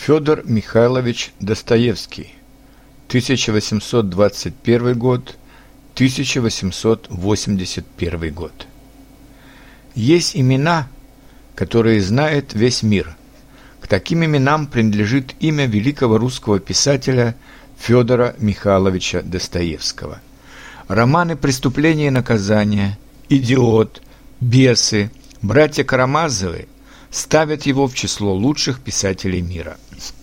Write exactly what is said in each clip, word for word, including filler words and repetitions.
Федор Михайлович Достоевский, тысяча восемьсот двадцать первый год — тысяча восемьсот восемьдесят первый год. Есть имена, которые знает весь мир. К таким именам принадлежит имя великого русского писателя Федора Михайловича Достоевского. Романы «Преступление и наказание», «Идиот», «Бесы», «Братья Карамазовы» ставят его в число лучших писателей мира.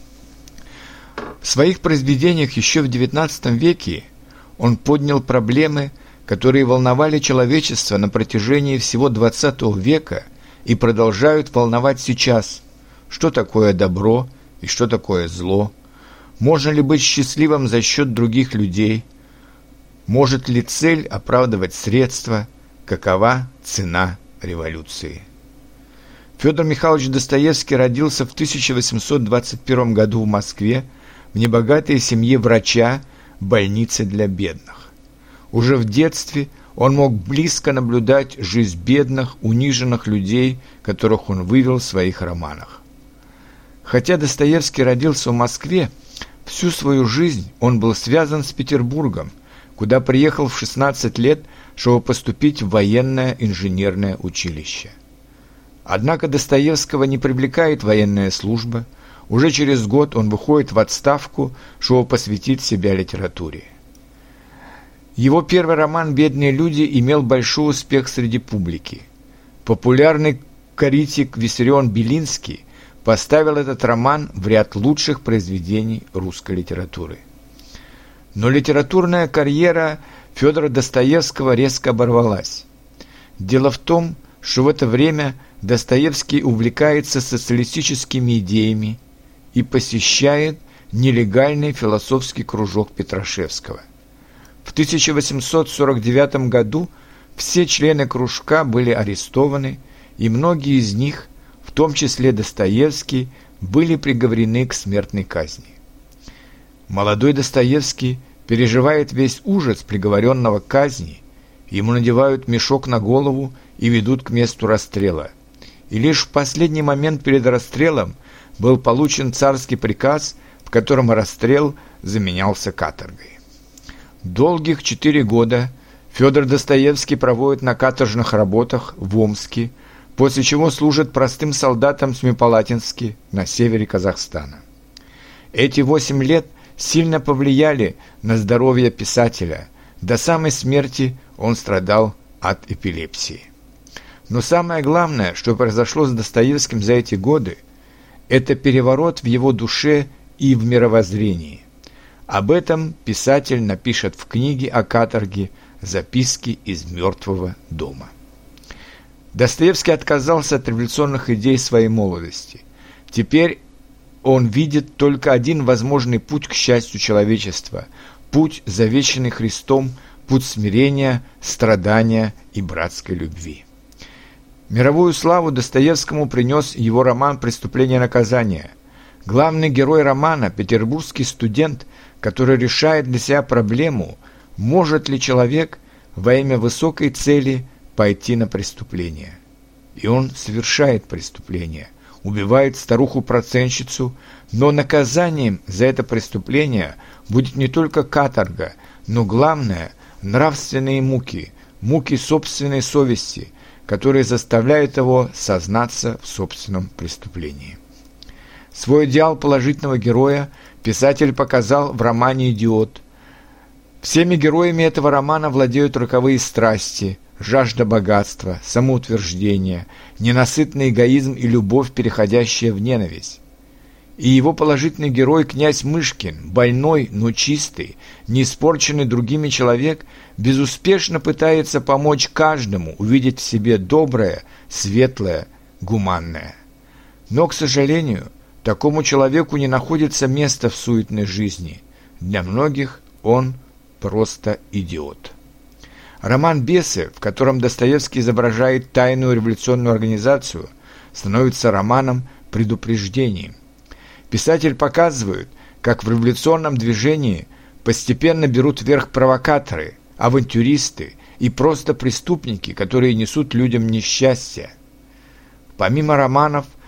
В своих произведениях еще в девятнадцатом веке он поднял проблемы, которые волновали человечество на протяжении всего двадцатого века и продолжают волновать сейчас. Что такое добро и что такое зло? Можно ли быть счастливым за счет других людей? Может ли цель оправдывать средства? Какова цена революции? Федор Михайлович Достоевский родился в тысяча восемьсот двадцать первом году в Москве в небогатой семье врача больницы для бедных. Уже в детстве он мог близко наблюдать жизнь бедных, униженных людей, которых он вывел в своих романах. Хотя Достоевский родился в Москве, всю свою жизнь он был связан с Петербургом, куда приехал в шестнадцать лет, чтобы поступить в военное инженерное училище. Однако Достоевского не привлекает военная служба. Уже через год он выходит в отставку, чтобы посвятить себя литературе. Его первый роман «Бедные люди» имел большой успех среди публики. Популярный критик Виссарион Белинский поставил этот роман в ряд лучших произведений русской литературы. Но литературная карьера Федора Достоевского резко оборвалась. Дело в том, что в это время Достоевский увлекается социалистическими идеями и посещает нелегальный философский кружок Петрашевского. В тысяча восемьсот сорок девятом году все члены кружка были арестованы, и многие из них, в том числе Достоевский, были приговорены к смертной казни. Молодой Достоевский переживает весь ужас приговоренного к казни, ему надевают мешок на голову и ведут к месту расстрела. И лишь в последний момент перед расстрелом был получен царский приказ, в котором расстрел заменялся каторгой. Долгих четыре года Федор Достоевский проводит на каторжных работах в Омске, после чего служит простым солдатом в Семипалатинске на севере Казахстана. Эти восемь лет сильно повлияли на здоровье писателя. До самой смерти он страдал от эпилепсии. Но самое главное, что произошло с Достоевским за эти годы, это переворот в его душе и в мировоззрении. Об этом писатель напишет в книге о каторге «Записки из мертвого дома». Достоевский отказался от революционных идей своей молодости. Теперь он видит только один возможный путь к счастью человечества – путь, завещанный Христом, путь смирения, страдания и братской любви. Мировую славу Достоевскому принес его роман «Преступление и наказание». Главный герой романа – петербургский студент, который решает для себя проблему, может ли человек во имя высокой цели пойти на преступление. И он совершает преступление, убивает старуху-процентщицу, но наказанием за это преступление будет не только каторга, но главное – нравственные муки, муки собственной совести, которые заставляют его сознаться в собственном преступлении. Свой идеал положительного героя писатель показал в романе «Идиот». Всеми героями этого романа владеют роковые страсти, жажда богатства, самоутверждение, ненасытный эгоизм и любовь, переходящая в ненависть. И его положительный герой князь Мышкин, больной, но чистый, не испорченный другими человек, безуспешно пытается помочь каждому увидеть в себе доброе, светлое, гуманное. Но, к сожалению, такому человеку не находится места в суетной жизни. Для многих он просто идиот. Роман «Бесы», в котором Достоевский изображает тайную революционную организацию, становится романом предупреждением. Писатель показывает, как в революционном движении постепенно берут верх провокаторы, авантюристы и просто преступники, которые несут людям несчастье. Помимо романов,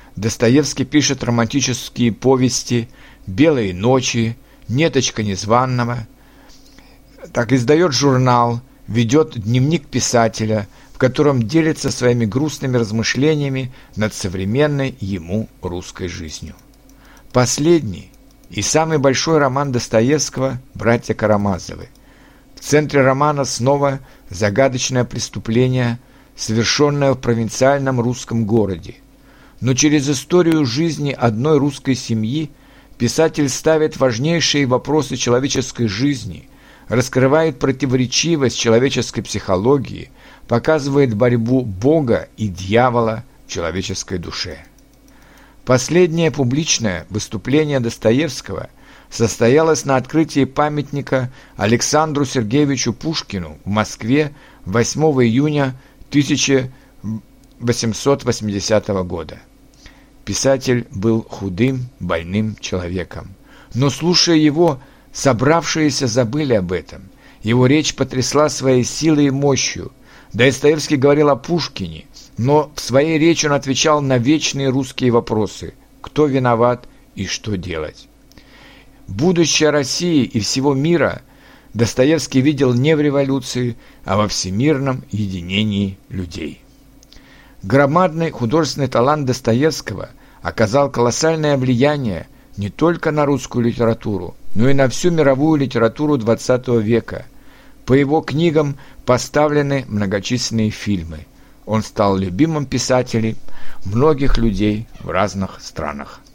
Достоевский пишет романтические повести «Белые ночи», «Неточка незваного», так издает журнал, ведет дневник писателя, в котором делится своими грустными размышлениями над современной ему русской жизнью. Последний и самый большой роман Достоевского «Братья Карамазовы». В центре романа снова загадочное преступление, совершенное в провинциальном русском городе. Но через историю жизни одной русской семьи писатель ставит важнейшие вопросы человеческой жизни, раскрывает противоречивость человеческой психологии, показывает борьбу Бога и дьявола в человеческой душе. Последнее публичное выступление Достоевского состоялось на открытии памятника Александру Сергеевичу Пушкину в Москве восьмого июня тысяча восемьсот восьмидесятого года. Писатель был худым, больным человеком. Но, слушая его, собравшиеся забыли об этом. Его речь потрясла своей силой и мощью. Достоевский говорил о Пушкине, но в своей речи он отвечал на вечные русские вопросы: кто виноват и что делать. Будущее России и всего мира Достоевский видел не в революции, а во всемирном единении людей. Громадный художественный талант Достоевского оказал колоссальное влияние не только на русскую литературу, но и на всю мировую литературу двадцатого века. По его книгам поставлены многочисленные фильмы. Он стал любимым писателем многих людей в разных странах.